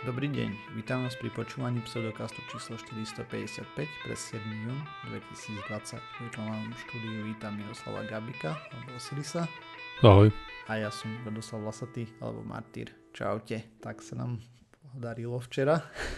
Dobrý deň, vítam vás pri počúvaní pseudokastu číslo 455 pre 7. jún 2020. V vám štúdiu vítam Miroslava Gabika alebo Osirisa. Ahoj. A ja som Radoslav Vlasatý alebo Martýr. Čaute. Tak sa nám podarilo včera.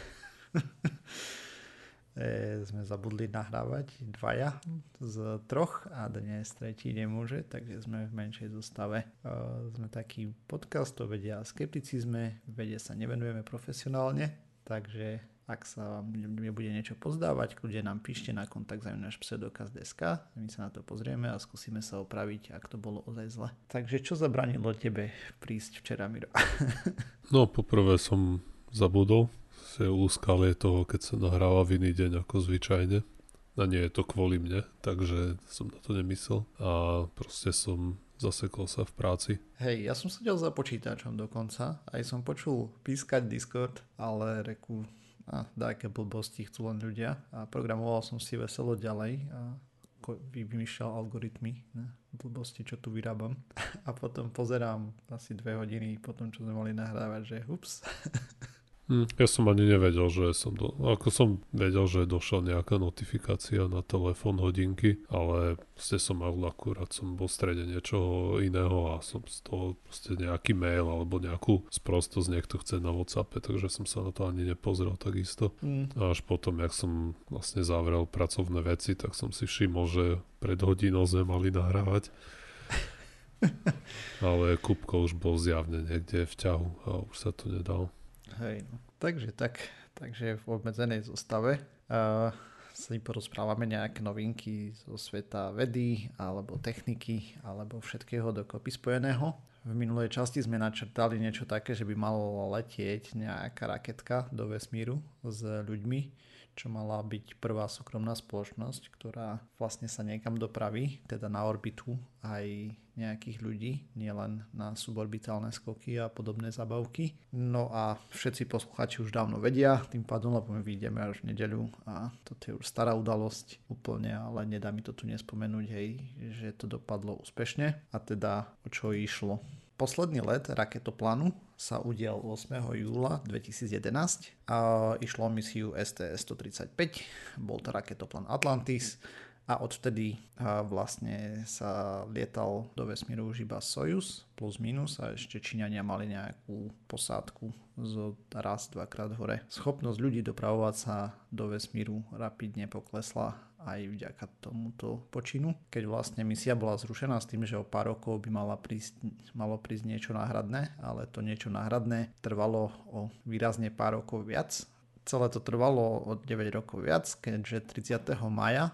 Sme zabudli nahrávať dvaja z troch a dnes tretí nemôže, takže sme v menšej zostave. Sme taký podcast o vede a skepticizme, vede sa nevenujeme profesionálne, takže ak sa vám nebude niečo pozdávať, kľudne nám píšte na kontakt @náš pseudokaz.sk, my sa na to pozrieme a skúsime sa opraviť, ak to bolo ozaj zle. Takže čo zabranilo tebe prísť včera, Miro? No poprvé som zabudol si úskalie toho, keď sa nahráva v iný deň ako zvyčajne. A nie je to kvôli mne, takže som na to nemyslel. A proste som zasekol sa v práci. Hej, ja som sedel za počítačom dokonca, aj som počul pískať Discord, ale reku, dáke blbosti chcú len ľudia a programoval som si veselo ďalej a vymýšľal algoritmy, blbosti, čo tu vyrábam. A potom pozerám asi 2 hodiny potom, čo sme mali nahrávať, že ups. Ja som ani nevedel, že ako som vedel, že došla nejaká notifikácia na telefón hodinky, ale som akurát som bol v strede niečoho iného a som z toho nejaký mail alebo nejakú sprostosť niekto chce na WhatsAppe, takže som sa na to ani nepozrel takisto. A až potom, jak som vlastne zavrel pracovné veci, tak som si všimol, že pred hodinou sme mali nahrávať. Ale Kupko už bol zjavne niekde v ťahu a už sa to nedalo. Hej, no. Takže v obmedzenej zostave si porozprávame nejaké novinky zo sveta vedy alebo techniky alebo všetkého dokopy spojeného. V minulej časti sme načrtali niečo také, že by malo letieť nejaká raketka do vesmíru s ľuďmi, čo mala byť prvá súkromná spoločnosť, ktorá vlastne sa niekam dopraví, teda na orbitu aj nejakých ľudí, nielen na suborbitálne skoky a podobné zabavky. No a všetci posluchači už dávno vedia, tým pádom, lebo my vyjdeme až v nedeľu a toto je už stará udalosť úplne, ale nedá mi to tu nespomenúť, hej, že to dopadlo úspešne a teda o čo išlo. Posledný let raketoplánu sa udial 8. júla 2011 a išlo o misiu STS-135, bol to raketoplán Atlantis a odvtedy vlastne sa lietal do vesmíru už iba Sojuz plus minus a ešte Číňania mali nejakú posádku z raz, dvakrát hore. Schopnosť ľudí dopravovať sa do vesmíru rapidne poklesla aj vďaka tomuto počinu, keď vlastne misia bola zrušená s tým, že o pár rokov by malo prísť niečo náhradné, ale to niečo náhradné trvalo o výrazne pár rokov viac. Celé to trvalo o 9 rokov viac, keďže 30. maja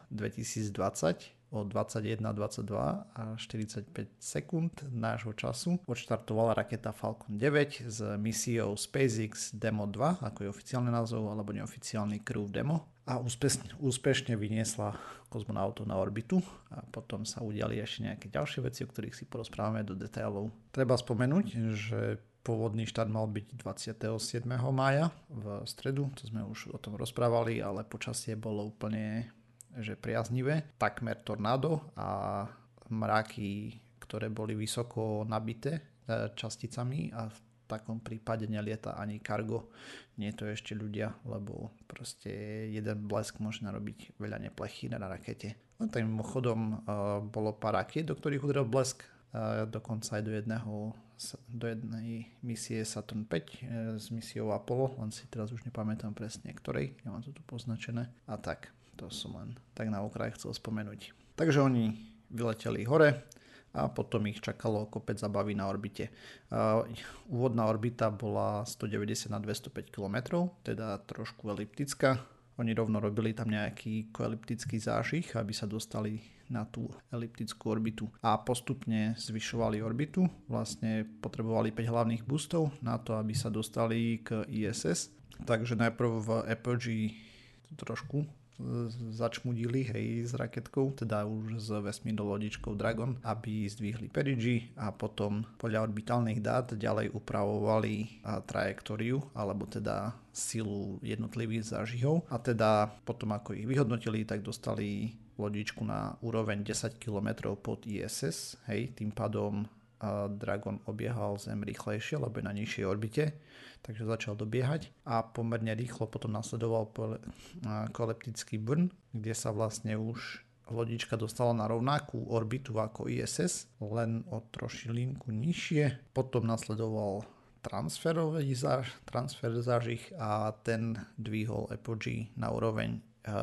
2020 o 21:22 a 45 sekúnd nášho času odštartovala raketa Falcon 9 s misiou SpaceX Demo 2, ako je oficiálny názov, alebo neoficiálny Crew Demo, a úspešne vyniesla kozmonautov na orbitu a potom sa udiali ešte nejaké ďalšie veci, o ktorých si porozprávame do detailov. Treba spomenúť, že pôvodný štart mal byť 27. mája v stredu, to sme už o tom rozprávali, ale počasie bolo úplne priaznivé, takmer tornádo a mraky, ktoré boli vysoko nabité časticami a v takom prípade nelieta ani kargo, nie to ešte ľudia, lebo proste jeden blesk môže narobiť veľa neplechy na rakete. No tak mimochodom bolo pár rakiet, do ktorých udrel blesk, dokonca aj do jednej misie Saturn 5 s misiou Apollo, len si teraz už nepamätám presne ktorej, nemám to tu poznačené a tak. To som len tak na okraj chcel spomenúť. Takže oni vyleteli hore a potom ich čakalo kopec zabavy na orbite. Úvodná orbita bola 190 na 205 km, teda trošku eliptická. Oni rovno robili tam nejaký koeliptický zážih, aby sa dostali na tú eliptickú orbitu a postupne zvyšovali orbitu. Vlastne potrebovali 5 hlavných boostov na to, aby sa dostali k ISS. Takže najprv v Apogee trošku začmudili, hej, s raketkou, teda už s vesmírnou lodičkou Dragon, aby zdvihli perigee a potom podľa orbitálnych dát ďalej upravovali trajektóriu, alebo teda silu jednotlivých zážihov a teda potom ako ich vyhodnotili, tak dostali lodičku na úroveň 10 km pod ISS, hej, tým pádom Dragon obiehal Zem rýchlejšie, lebo je na nižšej orbite, takže začal dobiehať a pomerne rýchlo potom nasledoval koliptický burn, kde sa vlastne už lodička dostala na rovnakú orbitu ako ISS, len o trošilinku nižšie. Potom nasledoval transfer zážich a ten dvihol apogee na úroveň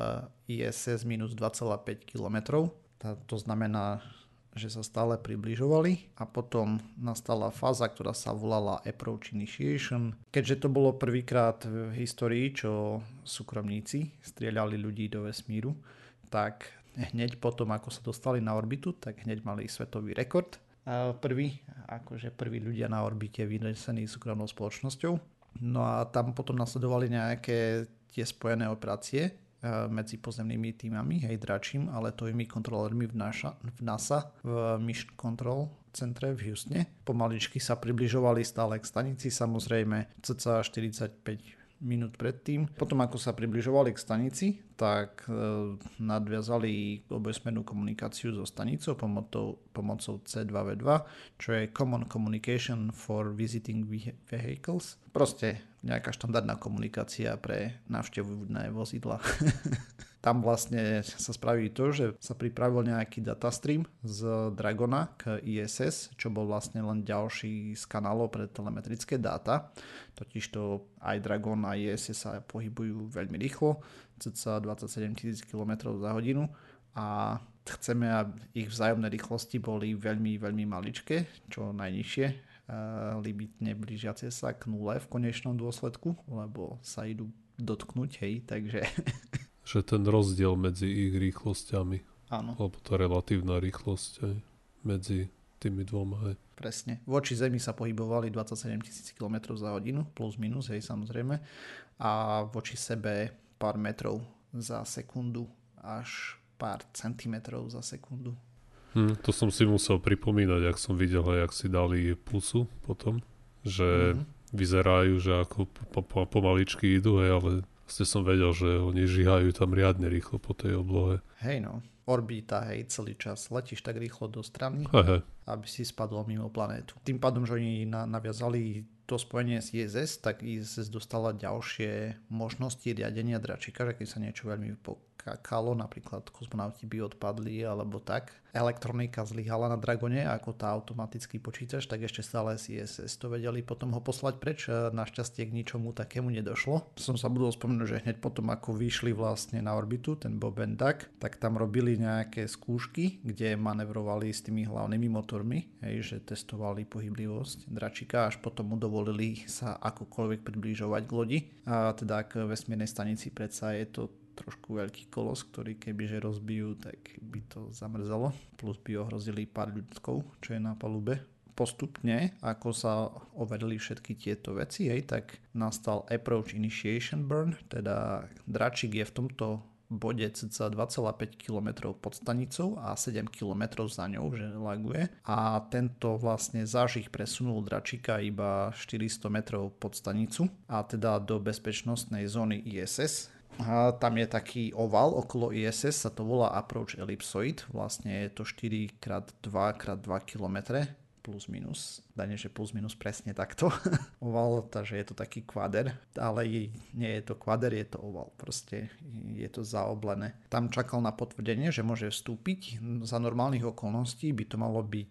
ISS minus 2,5 km. To znamená, že sa stále približovali a potom nastala fáza, ktorá sa volala Approach Initiation. Keďže to bolo prvýkrát v histórii, čo súkromníci strieľali ľudí do vesmíru, tak hneď potom, ako sa dostali na orbitu, tak hneď mali svetový rekord. Prví ľudia na orbite vynesení súkromnou spoločnosťou. No a tam potom nasledovali nejaké tie spojené operácie medzi pozemnými týmami, dračím a letovými kontrolérmi v NASA, v Mission Control centre v Houstone. Pomaličky sa približovali stále k stanici, samozrejme cca 45 minút predtým. Potom ako sa približovali k stanici, tak nadviazali obojsmernú komunikáciu so stanicou pomocou C2V2, čo je Common Communication for Visiting Vehicles. Proste nejaká štandardná komunikácia pre návštevné vozidla. Tam vlastne sa spraví to, že sa pripravil nejaký datastream z Dragona k ISS, čo bol vlastne len ďalší z kanálov pre telemetrické dáta. Totižto aj Dragon a ISS sa pohybujú veľmi rýchlo, cca 27 000 km za hodinu a chceme, aby ich vzájomné rýchlosti boli veľmi, veľmi maličké, čo najnižšie, limitne blížiace sa k nule v konečnom dôsledku, lebo sa idú dotknúť, takže... Že ten rozdiel medzi ich rýchlosťami. Áno. Alebo tá relatívna rýchlosť medzi tými dvoma. Presne. Voči Zemi sa pohybovali 27 000 km za hodinu, plus minus, samozrejme. A voči sebe pár metrov za sekundu až pár centimetrov za sekundu. To som si musel pripomínať, ak som videl, jak si dali pusu potom, že vyzerajú, že ako pomaličky idú, ale som vedel, že oni žihajú tam riadne rýchlo po tej oblohe. Orbita, celý čas letíš tak rýchlo do strany, aby si spadol mimo planétu. Tým pádom, že oni naviazali to spojenie s ISS, tak ISS dostala ďalšie možnosti riadenia dračika, že keď sa niečo veľmi pokakalo, napríklad kozmonauti by odpadli alebo tak. Elektronika zlyhala na Dragone, ako tá automatický počítač, tak ešte stále z ISS to vedeli potom ho poslať preč. Našťastie k ničomu takému nedošlo. Som sa budol spomenúť, že hneď potom, ako vyšli vlastne na orbitu, ten Bob and Doug, tak tam robili nejaké skúšky, kde manevrovali s tými hlavnými motormi, že testovali pohyblivosť dračika, až potom mu dovolili sa akokoľvek približovať k lodi. A teda k vesmírnej stanici predsa je to trošku veľký kolos, ktorý kebyže rozbijú, tak by to zamrzalo. Plus by ohrozili pár ľudskov, čo je na palube. Postupne, ako sa overili všetky tieto veci, tak nastal Approach Initiation Burn, teda dračik je v tomto bode cca 2,5 km pod stanicou a 7 km za ňou, že laguje. A tento vlastne zážih presunul dračika iba 400 metrov pod stanicu a teda do bezpečnostnej zóny ISS. A tam je taký oval okolo ISS, sa to volá Approach Ellipsoid, vlastne je to 4x2x2 km plus minus, dane, že plus minus presne takto oval, takže je to taký kvader, ale nie je to kvader, je to oval, proste je to zaoblené. Tam čakal na potvrdenie, že môže vstúpiť, za normálnych okolností by to malo byť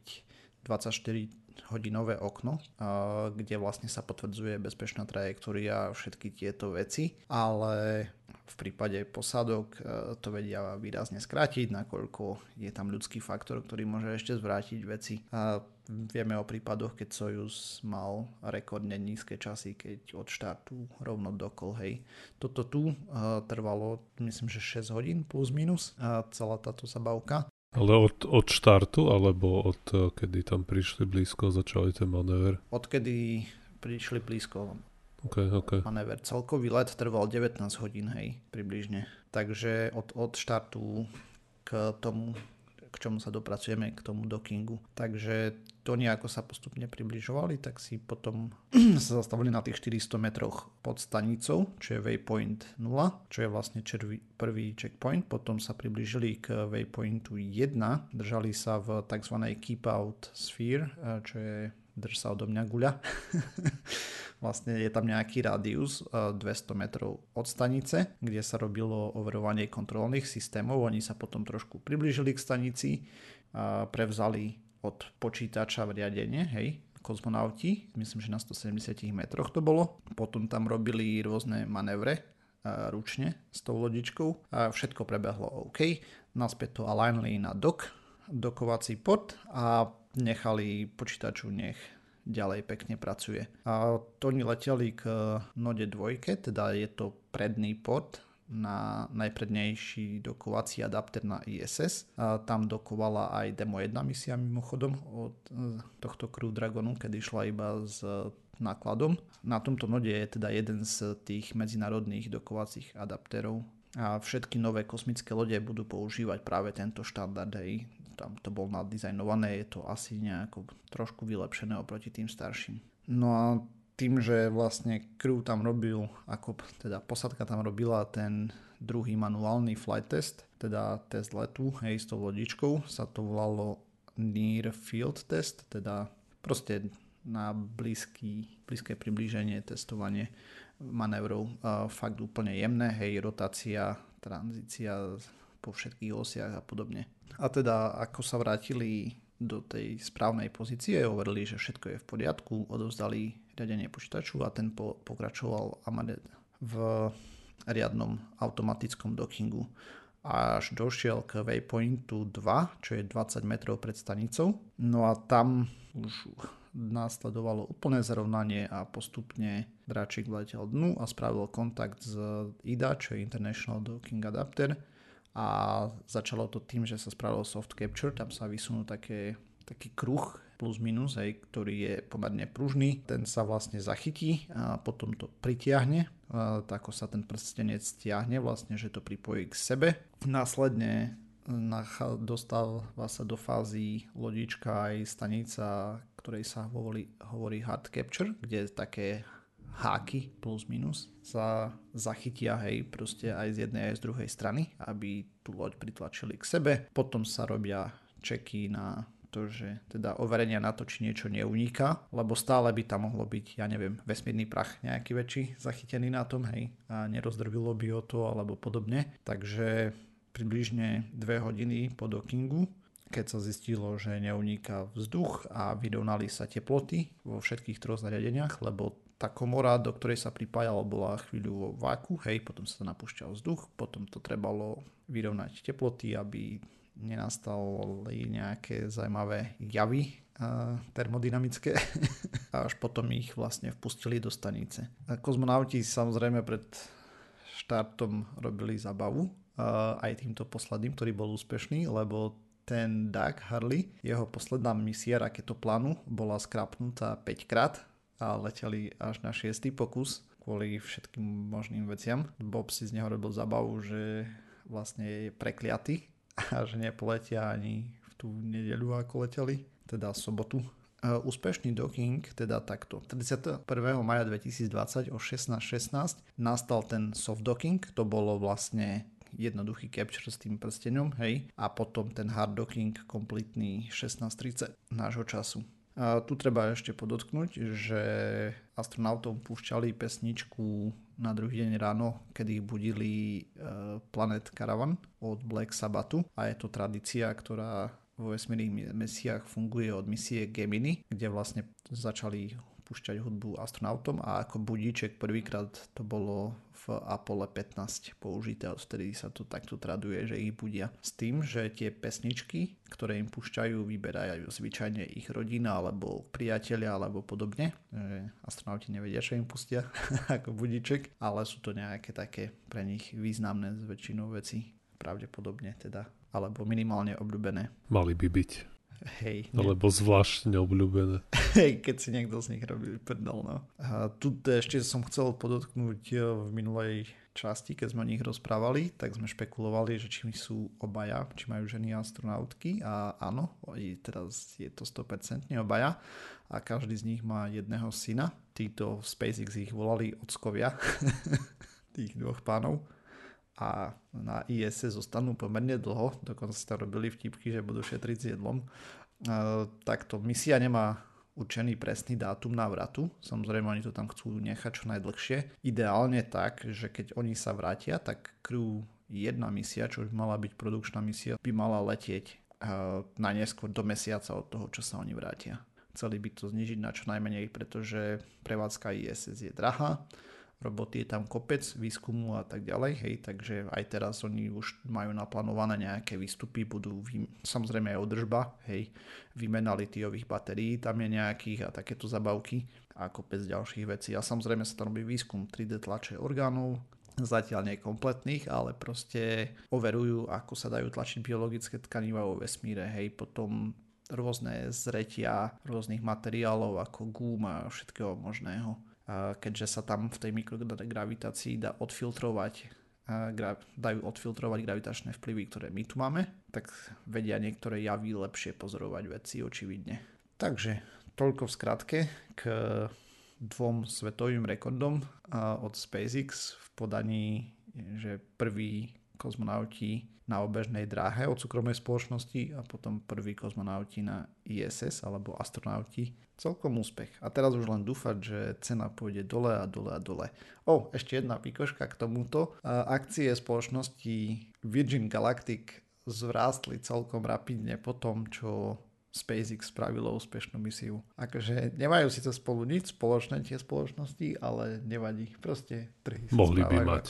24-hodinové okno, kde vlastne sa potvrdzuje bezpečná trajektória a všetky tieto veci, ale v prípade posádok to vedia výrazne skrátiť, nakoľko je tam ľudský faktor, ktorý môže ešte zvrátiť veci. A vieme o prípadoch, keď Sojuz mal rekordne nízke časy, keď od štartu rovno dokol, Toto tu trvalo, myslím, že 6 hodín plus minus celá táto zabavka. Ale od štartu, alebo od kedy tam prišli blízko, začali ten manéver? Odkedy prišli blízko. Okay. Manéver. Celkový let trval 19 hodín, približne. Takže od štartu k k čomu sa dopracujeme, k tomu dockingu. Takže to nejako sa postupne približovali, tak si potom sa zastavili na tých 400 metroch pod stanicou, čo je waypoint 0, čo je vlastne prvý checkpoint. Potom sa priblížili k waypointu 1, držali sa v tzv. Keep out sphere, čo je drž sa odo mňa guľa. Vlastne je tam nejaký rádius 200 metrov od stanice, kde sa robilo overovanie kontrolných systémov. Oni sa potom trošku priblížili k stanici, prevzali od počítača v riadenie, hej, kozmonauti, myslím, že na 170 metroch to bolo. Potom tam robili rôzne manévre ručne s tou lodičkou a všetko prebehlo OK. Naspäť to alignli na dokovací port a nechali počítaču nech ďalej pekne pracuje. A to oni leteli k node 2, teda je to predný port na najprednejší dokovací adapter na ISS. A tam dokovala aj Demo 1 misia mimochodom od tohto Crew Dragonu, kedy išla iba s nákladom. Na tomto node je teda jeden z tých medzinárodných dokovacích adapterov a všetky nové kosmické lode budú používať práve tento štandard. Hej. Tam to bolo nadizajnované, je to asi nejako trošku vylepšené oproti tým starším. No a tým, že vlastne crew tam robil, ako teda posádka tam robila ten druhý manuálny flight test, teda test letu, hej, s tou lodičkou, sa to volalo Near Field Test, teda proste na blízke priblíženie, testovanie manévrov, fakt úplne jemné, hej, rotácia, tranzícia po všetkých osiach a podobne. A teda ako sa vrátili do tej správnej pozície, overili, že všetko je v poriadku, odovzdali riadenie počítaču a ten pokračoval v riadnom automatickom dockingu. Až došiel k waypointu 2, čo je 20 metrov pred stanicou. No a tam už následovalo úplné zrovnanie a postupne dráčik vletel dnu a spravil kontakt s IDA, čo je International Docking Adapter. A začalo to tým, že sa spravil soft capture, tam sa vysunul taký kruh plus minus, hej, ktorý je pomerne pružný. Ten sa vlastne zachytí a potom to pritiahne, tak ako sa ten prstenec stiahne, vlastne, že to pripojí k sebe. Následne dostáva sa do fázy lodička aj stanica, ktorej sa hovorí hard capture, kde také háky plus minus sa zachytia, hej, proste aj z jednej aj z druhej strany, aby tú loď pritlačili k sebe. Potom sa robia checky na to, že teda overenia na to, či niečo neuniká, lebo stále by tam mohlo byť, ja neviem, vesmírny prach nejaký väčší zachytený na tom, hej, a nerozdrvilo by o to alebo podobne. Takže približne 2 hodiny po dockingu, keď sa zistilo, že neuniká vzduch a vyrovnali sa teploty vo všetkých troch zariadeniach, lebo tá komora, do ktorej sa pripájalo, bola chvíľu vo váku, hej, potom sa napúšťal vzduch, potom to trebalo vyrovnať teploty, aby nenastali nejaké zaujímavé javy termodynamické. A až potom ich vlastne vpustili do stanice. A kozmonauti samozrejme pred štartom robili zabavu, aj týmto posledným, ktorý bol úspešný, lebo ten Doug Hurley, jeho posledná misia raketoplánu bola skrapnutá 5 krát a leteli až na 6. pokus kvôli všetkým možným veciam. Bob si z neho robil zabavu, že vlastne je prekliaty a že nepoletia ani v tú nedeľu, ako leteli, teda sobotu. Úspešný docking, teda takto. 31. maja 2020 o 16:16 nastal ten soft docking, to bolo vlastne jednoduchý capture s tým prstenom, hej, a potom ten hard docking kompletný 16:30 nášho času. A tu treba ešte podotknúť, že astronautom púšťali pesničku na druhý deň ráno, kedy ich budili Planet Caravan od Black Sabbathu a je to tradícia, ktorá vo vesmírnych misiách funguje od misie Gemini, kde vlastne začali púšťať hudbu astronautom a ako budíček prvýkrát to bolo v Apollo 15 použité, odvtedy sa to takto traduje, že ich budia. S tým, že tie pesničky, ktoré im púšťajú, vyberajú zvyčajne ich rodina alebo priatelia alebo podobne. Astronauti nevedia, čo im pustia ako budíček, ale sú to nejaké také pre nich významné z väčšinou veci, pravdepodobne teda, alebo minimálne obľúbené. Mali by byť. Hej. Alebo zvláštne obľúbené. Hej, keď si niekto z nich robí prdel, no. A tu ešte som chcel podotknúť v minulej časti, keď sme o nich rozprávali, tak sme špekulovali, že či sú obaja, či majú ženy astronautky a áno, teraz je to 100% obaja a každý z nich má jedného syna. Títo v SpaceX ich volali ockovia, tých dvoch pánov a na ISS zostanú pomerne dlho, dokonca sa robili vtipky, že budú šetriť s jedlom. Takto misia nemá určený presný dátum návratu. Samozrejme, oni to tam chcú nechať čo najdlhšie. Ideálne tak, že keď oni sa vrátia, tak Crew 1 misia, čo by mala byť produkčná misia, by mala letieť najneskôr do mesiaca od toho, čo sa oni vrátia. Chceli by to znižiť na čo najmenej, pretože prevádzka ISS je drahá, roboty je tam kopec, výskumu a tak ďalej, hej, takže aj teraz oni už majú naplánované nejaké výstupy, budú samozrejme aj održba, hej, výmena litiových batérií tam je nejakých a takéto zabavky a kopec ďalších vecí a samozrejme sa tam robí výskum 3D tlače orgánov, zatiaľ nie kompletných, ale proste overujú, ako sa dajú tlačiť biologické tkanivá vo vesmíre, hej, potom rôzne zretia rôznych materiálov ako gum a všetkého možného. Keďže sa tam v tej mikrogravitácii dajú odfiltrovať gravitačné vplyvy, ktoré my tu máme, tak vedia niektoré javy lepšie pozorovať veci očividne. Takže toľko v skratke k 2 svetovým rekordom od SpaceX v podaní, že prví kozmonauti na obežnej dráhe od súkromnej spoločnosti a potom prví kozmonauti na ISS alebo astronauti. Celkom úspech. A teraz už len dúfať, že cena pôjde dole a dole a dole. Ešte jedna pikoška k tomuto. Akcie spoločnosti Virgin Galactic zvrástli celkom rapidne po tom, čo SpaceX spravilo úspešnú misiu. Akože nemajú síce spolu nič spoločné tie spoločnosti, ale nevadí. Proste trhy sa mohli by mať.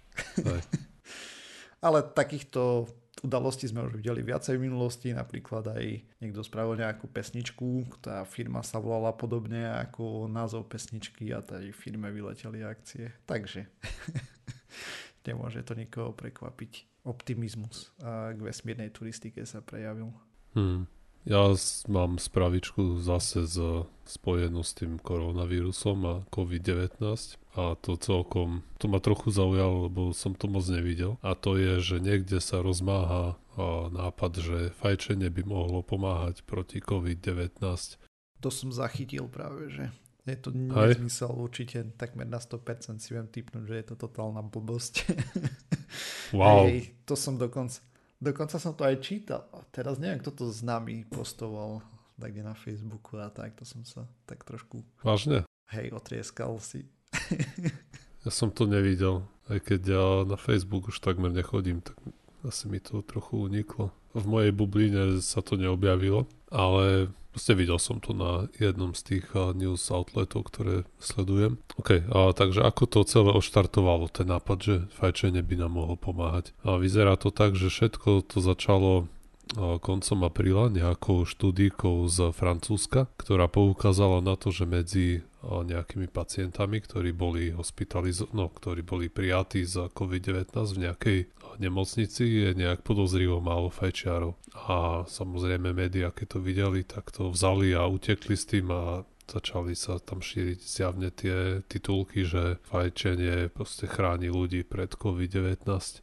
Ale takýchto udalostí sme už videli viacej v minulosti, napríklad aj niekto spravil nejakú pesničku, tá firma sa volala podobne ako názov pesničky a tej firme vyleteli akcie. Takže nemôže to nikoho prekvapiť. Optimizmus k vesmírnej turistike sa prejavil. Ja mám spravičku zase spojenú s tým koronavírusom a COVID-19 a to ma trochu zaujalo, lebo som to moc nevidel a to je, že niekde sa rozmáha nápad, že fajčenie by mohlo pomáhať proti COVID-19. To som zachytil práve, že je to nezmysel určite, takmer na 100% si viem tipnúť, že je to totálna blbosť. Wow. To som Dokonca som to aj čítal. Teraz neviem, kto to s nami postoval takde na Facebooku a tak. To som sa tak trošku... Vážne? Hej, otrieskal si. Ja som to nevidel. Aj keď ja na Facebook už takmer nechodím, tak asi mi to trochu uniklo. V mojej bubline sa to neobjavilo, ale proste videl som to na jednom z tých news outletov, ktoré sledujem. Takže ako to celé odštartovalo, ten nápad, že fajčenie by nám mohlo pomáhať. A vyzerá to tak, že všetko to začalo koncom apríla nejakou štúdíkou z Francúzska, ktorá poukázala na to, že medzi nejakými pacientami, ktorí boli ktorí boli prijatí za COVID-19 v nejakej nemocnici, je nejak podozrivo málo fajčiarov. A samozrejme médiá, keď to videli, tak to vzali a utekli s tým a začali sa tam šíriť zjavne tie titulky, že fajčenie proste chráni ľudí pred COVID-19.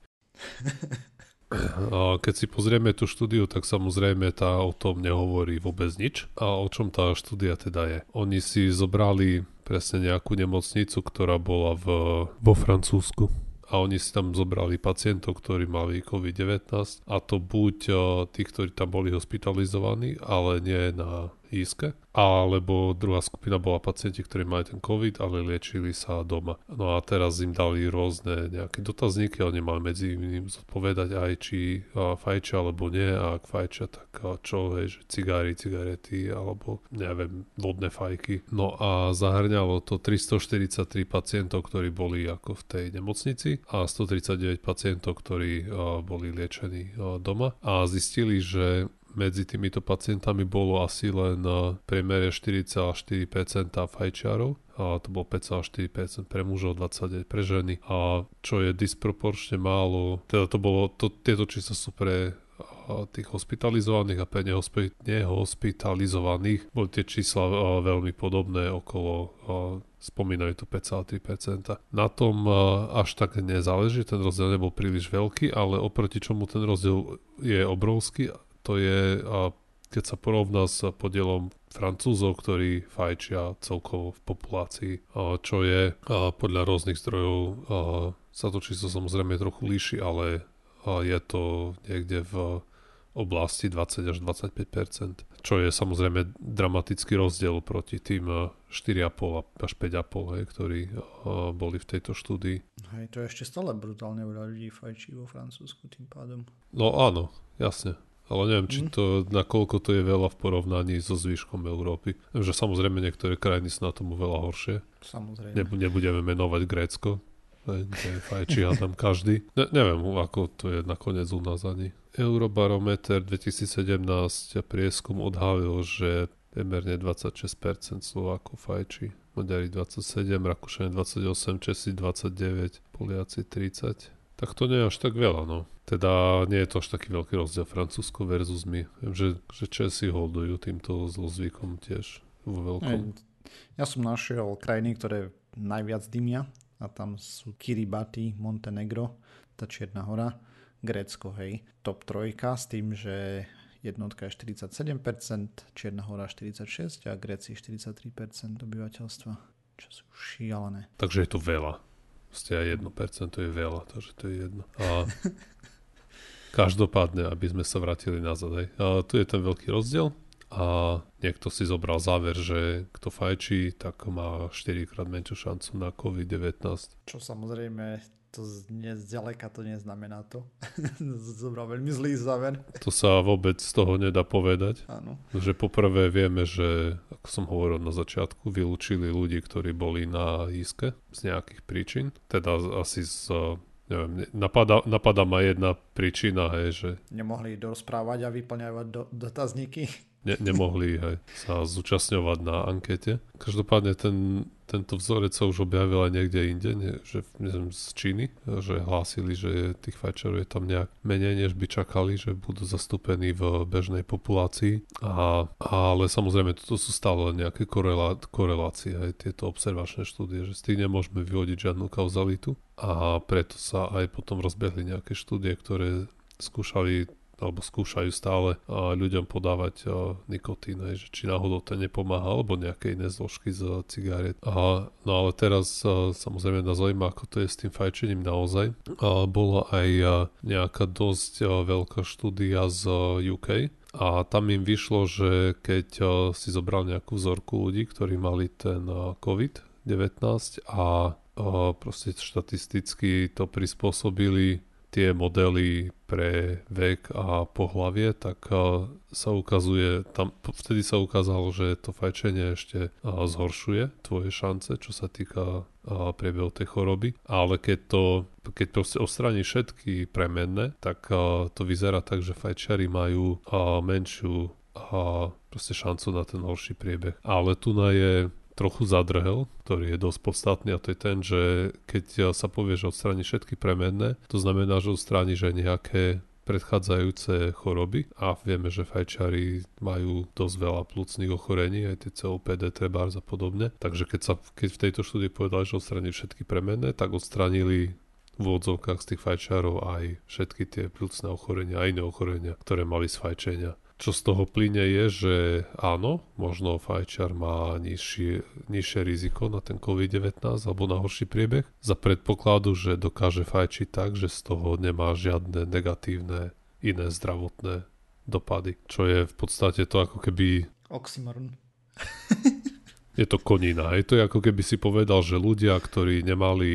A keď si pozrieme tú štúdiu, tak samozrejme tá o tom nehovorí vôbec nič. A o čom tá štúdia teda je? Oni si zobrali presne nejakú nemocnicu, ktorá bola vo Francúzsku. A oni si tam zobrali pacientov, ktorí mali COVID-19 a to buď tí, ktorí tam boli hospitalizovaní, ale nie na ISKE, alebo druhá skupina bola pacienti, ktorí mali ten COVID, ale liečili sa doma. No a teraz im dali rôzne nejaké dotazníky, oni mali medzi iným zodpovedať aj či fajčia alebo nie a ak fajčia, tak čo, že cigarety alebo neviem, vodné fajky. No a zahrňalo to 343 pacientov, ktorí boli ako v tej nemocnici a 139 pacientov, ktorí boli liečení doma a zistili, že medzi týmito pacientami bolo asi len priemere 4,4% fajčiarov a to bolo 5,4% pre mužov, 29% pre ženy a čo je disproporčne málo, teda tieto čísla sú pre tých hospitalizovaných a pre nehospitalizovaných boli tie čísla veľmi podobné, okolo spomínajú to 5,3%. Na tom až tak nezáleží, ten rozdiel nebol príliš veľký, ale oproti čomu ten rozdiel je obrovský, to je keď sa porovná s podielom Francúzov, ktorí fajčia celkovo v populácii, čo je podľa rôznych zdrojov, sa to číslo samozrejme trochu líši, ale je to niekde v oblasti 20 až 25%, čo je samozrejme dramatický rozdiel proti tým 4,5 až 5,5, ktorí boli v tejto štúdii. Hej, to je ešte stále brutálne veľa ľudí fajčí vo Francúzsku tým pádom. No áno, jasne. Ale neviem, či to, nakoľko to je veľa v porovnaní so zvyškom Európy. Viem, že samozrejme niektoré krajiny sú na tom veľa horšie. Samozrejme. Nebudeme menovať Grécko. Fajčí tam každý. Neviem, ako to je nakoniec u nás ani. Eurobarometer 2017 prieskum odhalil, že priemerne 26% Slovákov fajčí. Maďari 27, Rakúšania 28, Česi 29, Poliaci 30. Tak to nie je až tak veľa, no. Teda nie je to až taký veľký rozdiel Francúzsko versus my. Viem, že Česi holdujú týmto zlozvykom tiež vo veľkom. Ja som našiel krajiny, ktoré najviac dymia a tam sú Kiribati, Montenegro, tá Čierna hora, Grécko, hej, top 3 s tým, že jednotka je 47%, Čierna hora 46% a Gréci 43% obyvateľstva, čo sú šialené. Takže je to veľa. Aj 1% je veľa, takže to je jedno. A každopádne, aby sme sa vrátili nazad. Hej. A tu je ten veľký rozdiel a niekto si zobral záver, že kto fajčí, tak má 4-krát menšiu šancu na COVID-19. Čo samozrejme, to zďaleka to neznamená to. Zobral veľmi zlý záver. To sa vôbec z toho nedá povedať. Áno. Že poprvé vieme, že, ako som hovoril na začiatku, vylúčili ľudí, ktorí boli na jízke z nejakých príčin. Teda asi neviem, napadá ma jedna príčina, hej, že nemohli dorozprávať a vyplňovať dotazníky. Nemohli sa zúčastňovať na ankete. Každopádne tento vzorec sa už objavil aj niekde inde, že neviem, z Číny, že hlásili, že tých fajčerov je tam nejak menej, než by čakali, že budú zastúpení v bežnej populácii. Ale samozrejme, toto sú stále nejaké korelácie, aj tieto observačné štúdie, že z tých nemôžeme vyvodiť žiadnu kauzalitu. A preto sa aj potom rozbehli nejaké štúdie, ktoré skúšajú stále ľuďom podávať nikotín, že či náhodou to nepomáha, alebo nejaké iné zložky z cigariet. No ale teraz samozrejme nás zaujíma, ako to je s tým fajčením naozaj. Bola aj nejaká dosť veľká štúdia z UK a tam im vyšlo, že keď si zobral nejakú vzorku ľudí, ktorí mali ten COVID-19 a proste štatisticky to prispôsobili tie modely pre vek a pohlavie, tak sa ukazuje, vtedy sa ukázalo, že to fajčenie ešte zhoršuje tvoje šance, čo sa týka priebehu tej choroby, ale keď proste odstráni všetky premenné, tak to vyzerá tak, že fajčiari majú menšiu proste šancu na ten horší priebeh. Ale tu je trochu zadrhel, ktorý je dosť podstatný, a to je ten, že keď sa povie, že odstráni všetky premenné, to znamená, že odstráni aj nejaké predchádzajúce choroby a vieme, že fajčiari majú dosť veľa plúcnych ochorení, aj tie COPD, trebárs a podobne. Takže keď v tejto štúdii povedali, že odstráni všetky premenné, tak odstránili v odzovkách z tých fajčiarov aj všetky tie plúcne ochorenia a iné ochorenia, ktoré mali z fajčenia. Čo z toho plyne je, že áno, možno fajčiar má nižšie riziko na ten COVID-19 alebo na horší priebeh za predpokladu, že dokáže fajčiť tak, že z toho nemá žiadne negatívne iné zdravotné dopady. Čo je v podstate to ako keby oxymoron. Je to konina. Je to ako keby si povedal, že ľudia, ktorí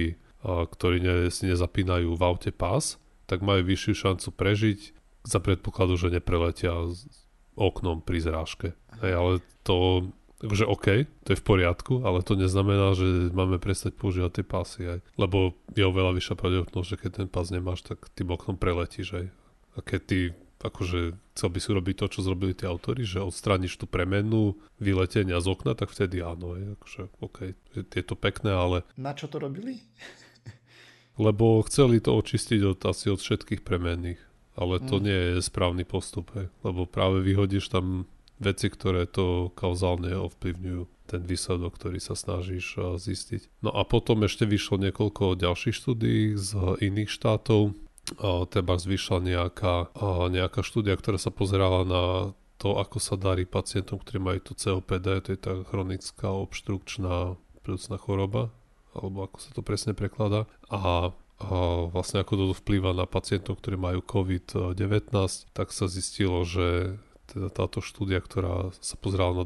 si nezapínajú v aute pás, tak majú vyššiu šancu prežiť za predpokladu, že nepreletia oknom pri zrážke. Ale to, takže OK, to je v poriadku, ale to neznamená, že máme prestať používať tie pásy. Lebo je oveľa vyššia pravdepodobnosť, že keď ten pás nemáš, tak tým oknom preletíš. A keď ty chcel by si urobiť to, čo zrobili tí autori, že odstrániš tú premennú vyletenia z okna, tak vtedy áno. Akože OK, je to pekné, ale na čo to robili? Lebo chceli to očistiť asi od všetkých premenných. ale to nie je správny postup, hej, lebo práve vyhodíš tam veci, ktoré to kauzálne ovplyvňujú ten výsledok, ktorý sa snažíš zistiť. No a potom ešte vyšlo niekoľko ďalších štúdií z iných štátov. Teda vyšla nejaká štúdia, ktorá sa pozerala na to, ako sa darí pacientom, ktorí majú to COPD, to je tá chronická obštrukčná pľucná choroba, alebo ako sa to presne prekladá. A vlastne ako to vplýva na pacientov, ktorí majú COVID-19, tak sa zistilo, že teda táto štúdia, ktorá sa pozerala na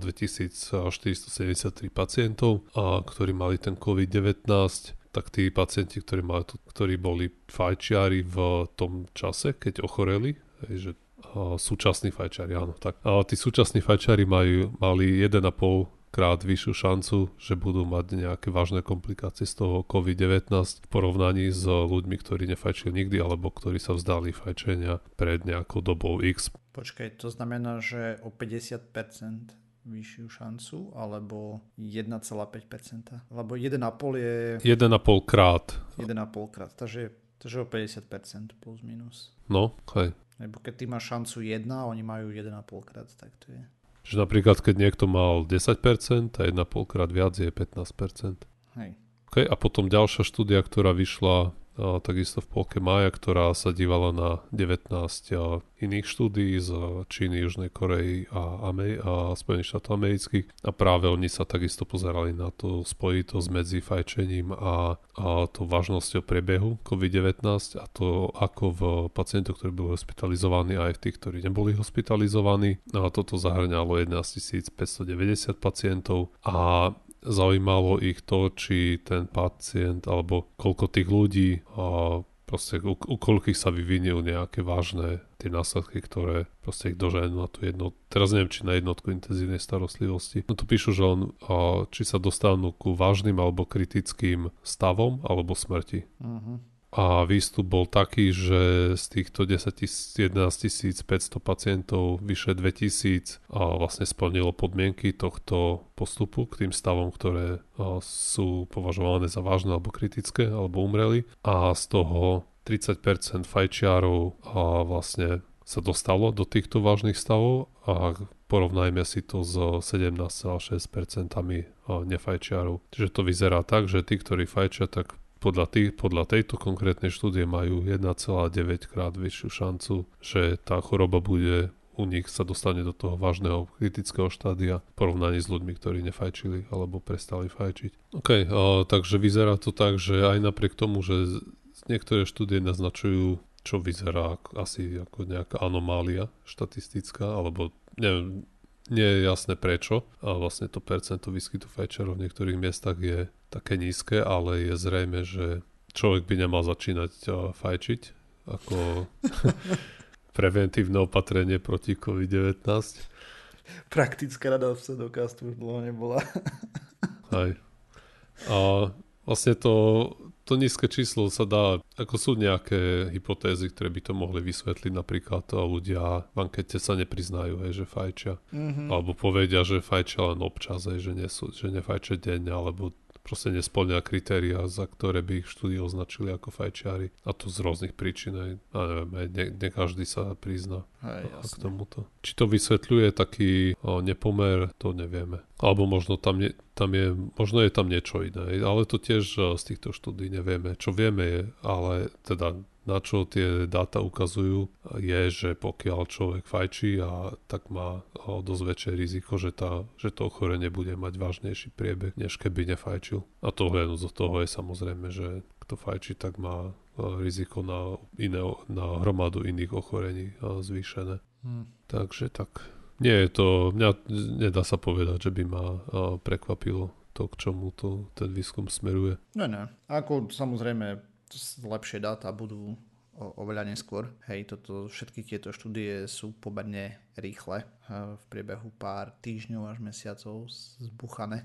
2473 pacientov, ktorí mali ten COVID-19, tak tí pacienti, ktorí boli fajčiari v tom čase, keď ochoreli, že súčasní fajčiari, áno, tak. A tí súčasní fajčiari mali 1,5 krát vyššiu šancu, že budú mať nejaké vážne komplikácie z toho COVID-19 v porovnaní s ľuďmi, ktorí nefajčili nikdy alebo ktorí sa vzdali fajčenia pred nejakou dobou X. Počkaj, to znamená, že o 50% vyššiu šancu alebo 1,5%? Lebo 1,5 je... 1,5 krát. 1,5 krát, takže o 50% plus minus. No, hej. Lebo keď ty máš šancu 1 a oni majú 1,5 krát, tak to je... Že napríklad, keď niekto mal 10% a 1,5 krát viac je 15%. Hej. Okay, a potom ďalšia štúdia, ktorá vyšla takisto v polke mája, ktorá sa dívala na 19 iných štúdií z Číny, Južnej Korei a Spojených štátov amerických. A práve oni sa takisto pozerali na tú spojitosť medzi fajčením a tou vážnosťou priebehu COVID-19 a to ako v pacientoch, ktorí boli hospitalizovaní aj v tých, ktorí neboli hospitalizovaní. A toto zahrňalo 11 590 pacientov a zaujímalo ich to, či ten pacient alebo koľko tých ľudí proste u koľkých sa vyvinili nejaké vážne tie následky, ktoré proste ich doženú na tú jednotku. Teraz neviem, či na jednotku intenzívnej starostlivosti. No tu píšu, že či sa dostanú ku vážnym alebo kritickým stavom alebo smrti. Uh-huh. A výstup bol taký, že z týchto 11 500 pacientov vyše 2000 vlastne splnilo podmienky tohto postupu k tým stavom, ktoré sú považované za vážne alebo kritické alebo umreli. A z toho 30% fajčiarov vlastne sa dostalo do týchto vážnych stavov a porovnajme si to s 17,6% nefajčiarov. Čiže to vyzerá tak, že tí, ktorí fajčia, tak podľa tejto konkrétnej štúdie majú 1,9 krát vyššiu šancu, že tá choroba bude u nich sa dostane do toho vážneho kritického štádia v porovnaní s ľuďmi, ktorí nefajčili alebo prestali fajčiť. Takže vyzerá to tak, že aj napriek tomu, že niektoré štúdie naznačujú, čo vyzerá asi ako nejaká anomália štatistická, alebo neviem, nie je jasné prečo. A vlastne to percento výskytu fajčiarov v niektorých miestach je také nízke, ale je zrejme, že človek by nemal začínať fajčiť ako preventívne opatrenie proti COVID-19. Praktická rada v Sedocastu už dlho nebola. Hej. A vlastne to nízke číslo sa dá, ako sú nejaké hypotézy, ktoré by to mohli vysvetliť, napríklad ľudia v ankete sa nepriznajú, že fajčia. Mm-hmm. Alebo povedia, že fajčia len občas, že nefajčia deň, alebo proste nesplňa kritériá, za ktoré by ich štúdie označili ako fajčiari. A to z rôznych príčin. A neviem, ne každý sa prizná k tomuto. Či to vysvetľuje taký nepomer, to nevieme. Alebo možno je tam niečo iné. Ale to tiež z týchto štúdí nevieme. Čo vieme je, ale teda na čo tie dáta ukazujú, je, že pokiaľ človek fajčí, tak má dosť väčšie riziko, že to ochorenie bude mať vážnejší priebeh, než keby nefajčil. A to z toho je samozrejme, že kto fajčí, tak má riziko na hromadu iných ochorení zvýšené. Takže tak. Mňa nedá sa povedať, že by ma prekvapilo to, k čomu ten výskum smeruje. Ne. Ako samozrejme lepšie dáta budú oveľa neskôr. Všetky tieto štúdie sú pomerne rýchle. V priebehu pár týždňov až mesiacov zbuchané.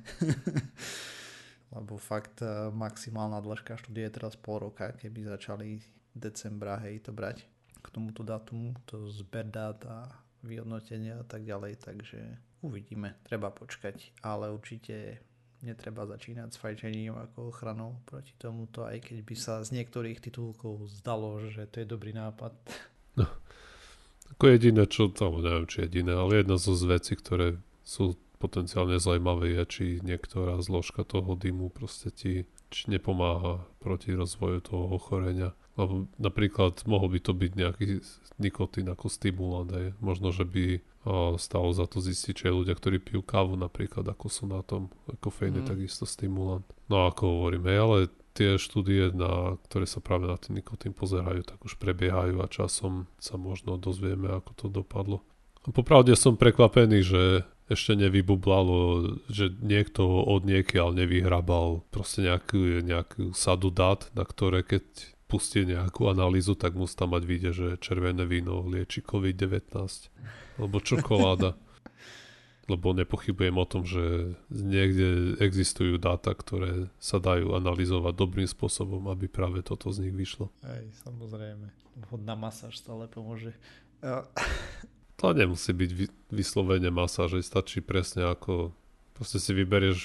Lebo fakt maximálna dĺžka štúdie je teraz pol roka, keby začali decembra to brať k tomuto dátumu, to zber dát a vyhodnotenia a tak ďalej, takže uvidíme, treba počkať, ale určite netreba začínať s fajčením ako ochranou proti tomuto, aj keď by sa z niektorých titulkov zdalo, že to je dobrý nápad. No, Ako jediné, čo, neviem, či jediné, ale jedna zo vecí, ktoré sú potenciálne zaujímavé, je, či niektorá zložka toho dymu proste ti či nepomáha proti rozvoju toho ochorenia. Lebo napríklad mohol by to byť nejaký nikotín ako stimulant. Aj. Možno, že by stalo za to zistiť, či ľudia, ktorí pijú kávu napríklad, ako sú na tom. Kofeín je takisto stimulant. No ako hovorím, ale tie štúdie, ktoré sa práve na ten nikotín pozerajú, tak už prebiehajú a časom sa možno dozvieme, ako to dopadlo. A popravde som prekvapený, že ešte nevybublalo, že niekto od niekiaľ nevyhrabal proste nejakú sadu dát, na ktoré keď pustí nejakú analýzu, tak musí tam mať vidieť, že červené víno lieči COVID-19 alebo čokoláda. Lebo nepochybujem o tom, že niekde existujú dáta, ktoré sa dajú analyzovať dobrým spôsobom, aby práve toto z nich vyšlo. Aj, samozrejme. Vhodná masáž stále pomôže. To nemusí byť vyslovene masáž, stačí presne ako proste si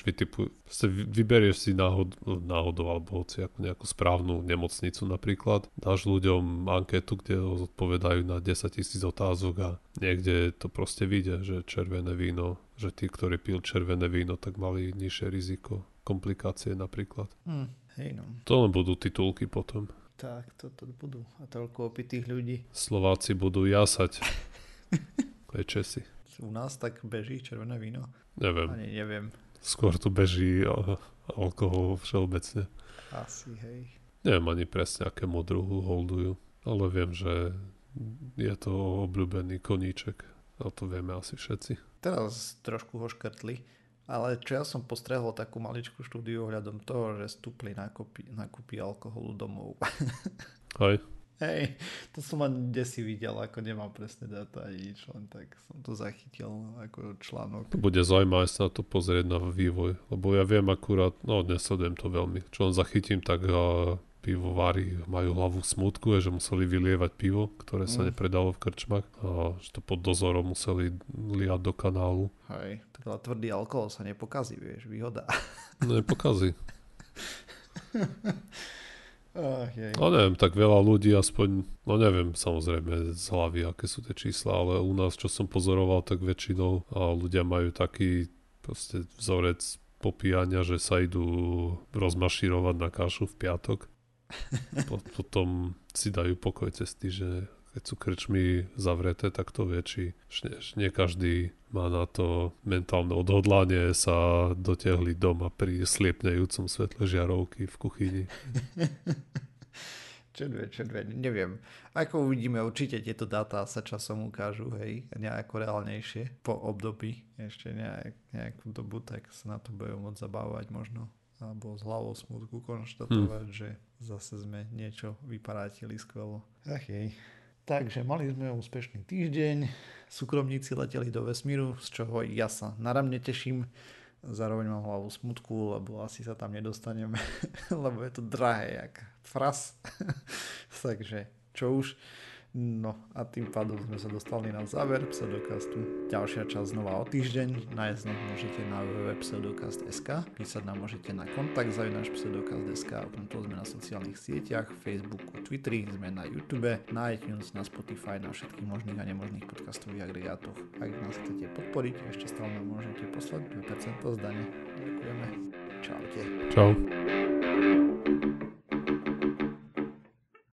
vyberieš si náhodou alebo hoci ako nejakú správnu nemocnicu napríklad, dáš ľuďom anketu, kde odpovedajú na 10 000 otázok a niekde to proste vyjde, že červené víno, že tí, ktorí pil červené víno, tak mali nižšie riziko komplikácie napríklad. Hej no. To len budú titulky potom. Tak, toto budú. A toľko opitých ľudí. Slováci budú jasať. Aj Česi. U nás tak beží červené víno? Neviem. Ani neviem. Skôr tu beží alkohol všeobecne. Asi, hej. Neviem ani presne, akému druhu holdujú. Ale viem, že je to obľúbený koníček. A to vieme asi všetci. Teraz trošku ho škrtli. Ale čo ja som postrehol takú maličkú štúdiu ohľadom toho, že stúpli nákupy alkoholu domov. Hej. Hej, to som ani desi videl, ako nemám presné dáta ani nič, len tak som to zachytil ako článok. To bude zaujímavé sa na to pozrieť na vývoj, lebo ja viem akurát, nesledujem to veľmi. Čo len zachytím, tak pivovári majú hlavu smutku, že museli vylievať pivo, ktoré sa nepredalo v krčmách a že to pod dozorom museli liať do kanálu. Hej, teda tvrdý alkohol sa nepokazí, vieš, výhoda. No nepokazí. Neviem, tak veľa ľudí aspoň, neviem samozrejme z hlavy, aké sú tie čísla, ale u nás, čo som pozoroval, tak väčšinou ľudia majú taký proste vzorec popíjania, že sa idú rozmašírovať na kašu v piatok. Potom si dajú pokoj cesty, že keď sú krčmy zavreté, tak to vie, či nie každý má na to mentálne odhodlanie sa dotiahli doma pri sliepnejúcom svetle žiarovky v kuchyni. Červeň, neviem. Ako uvidíme, určite tieto dáta sa časom ukážu, hej, nejako reálnejšie po období, ešte nejakú dobu, tak sa na to budú môcť zabávať možno, alebo s hlavou smutku konštatovať, že zase sme niečo vyparátili skvelo. Ach jej. Takže mali sme úspešný týždeň, súkromníci leteli do vesmíru, z čoho ja sa naramne teším, zároveň mám hlavu smutku, lebo asi sa tam nedostaneme, lebo je to drahé jak fras. Takže čo už. No a tým pádom sme sa dostali na záver Pseudokastu. Ďalšia časť znova o týždeň. Nájsť nás môžete na www.pseudokast.sk, písať nám môžete na kontakt@pseudokast.sk, okrem toho sme na sociálnych sieťach, Facebooku, Twitteri, sme na YouTube, na iTunes, na Spotify, na všetkých možných a nemožných podcastových agregátoch. Ak nás chcete podporiť, ešte stále nám môžete poslať 2% z dane. Ďakujeme. Čaute. Čau.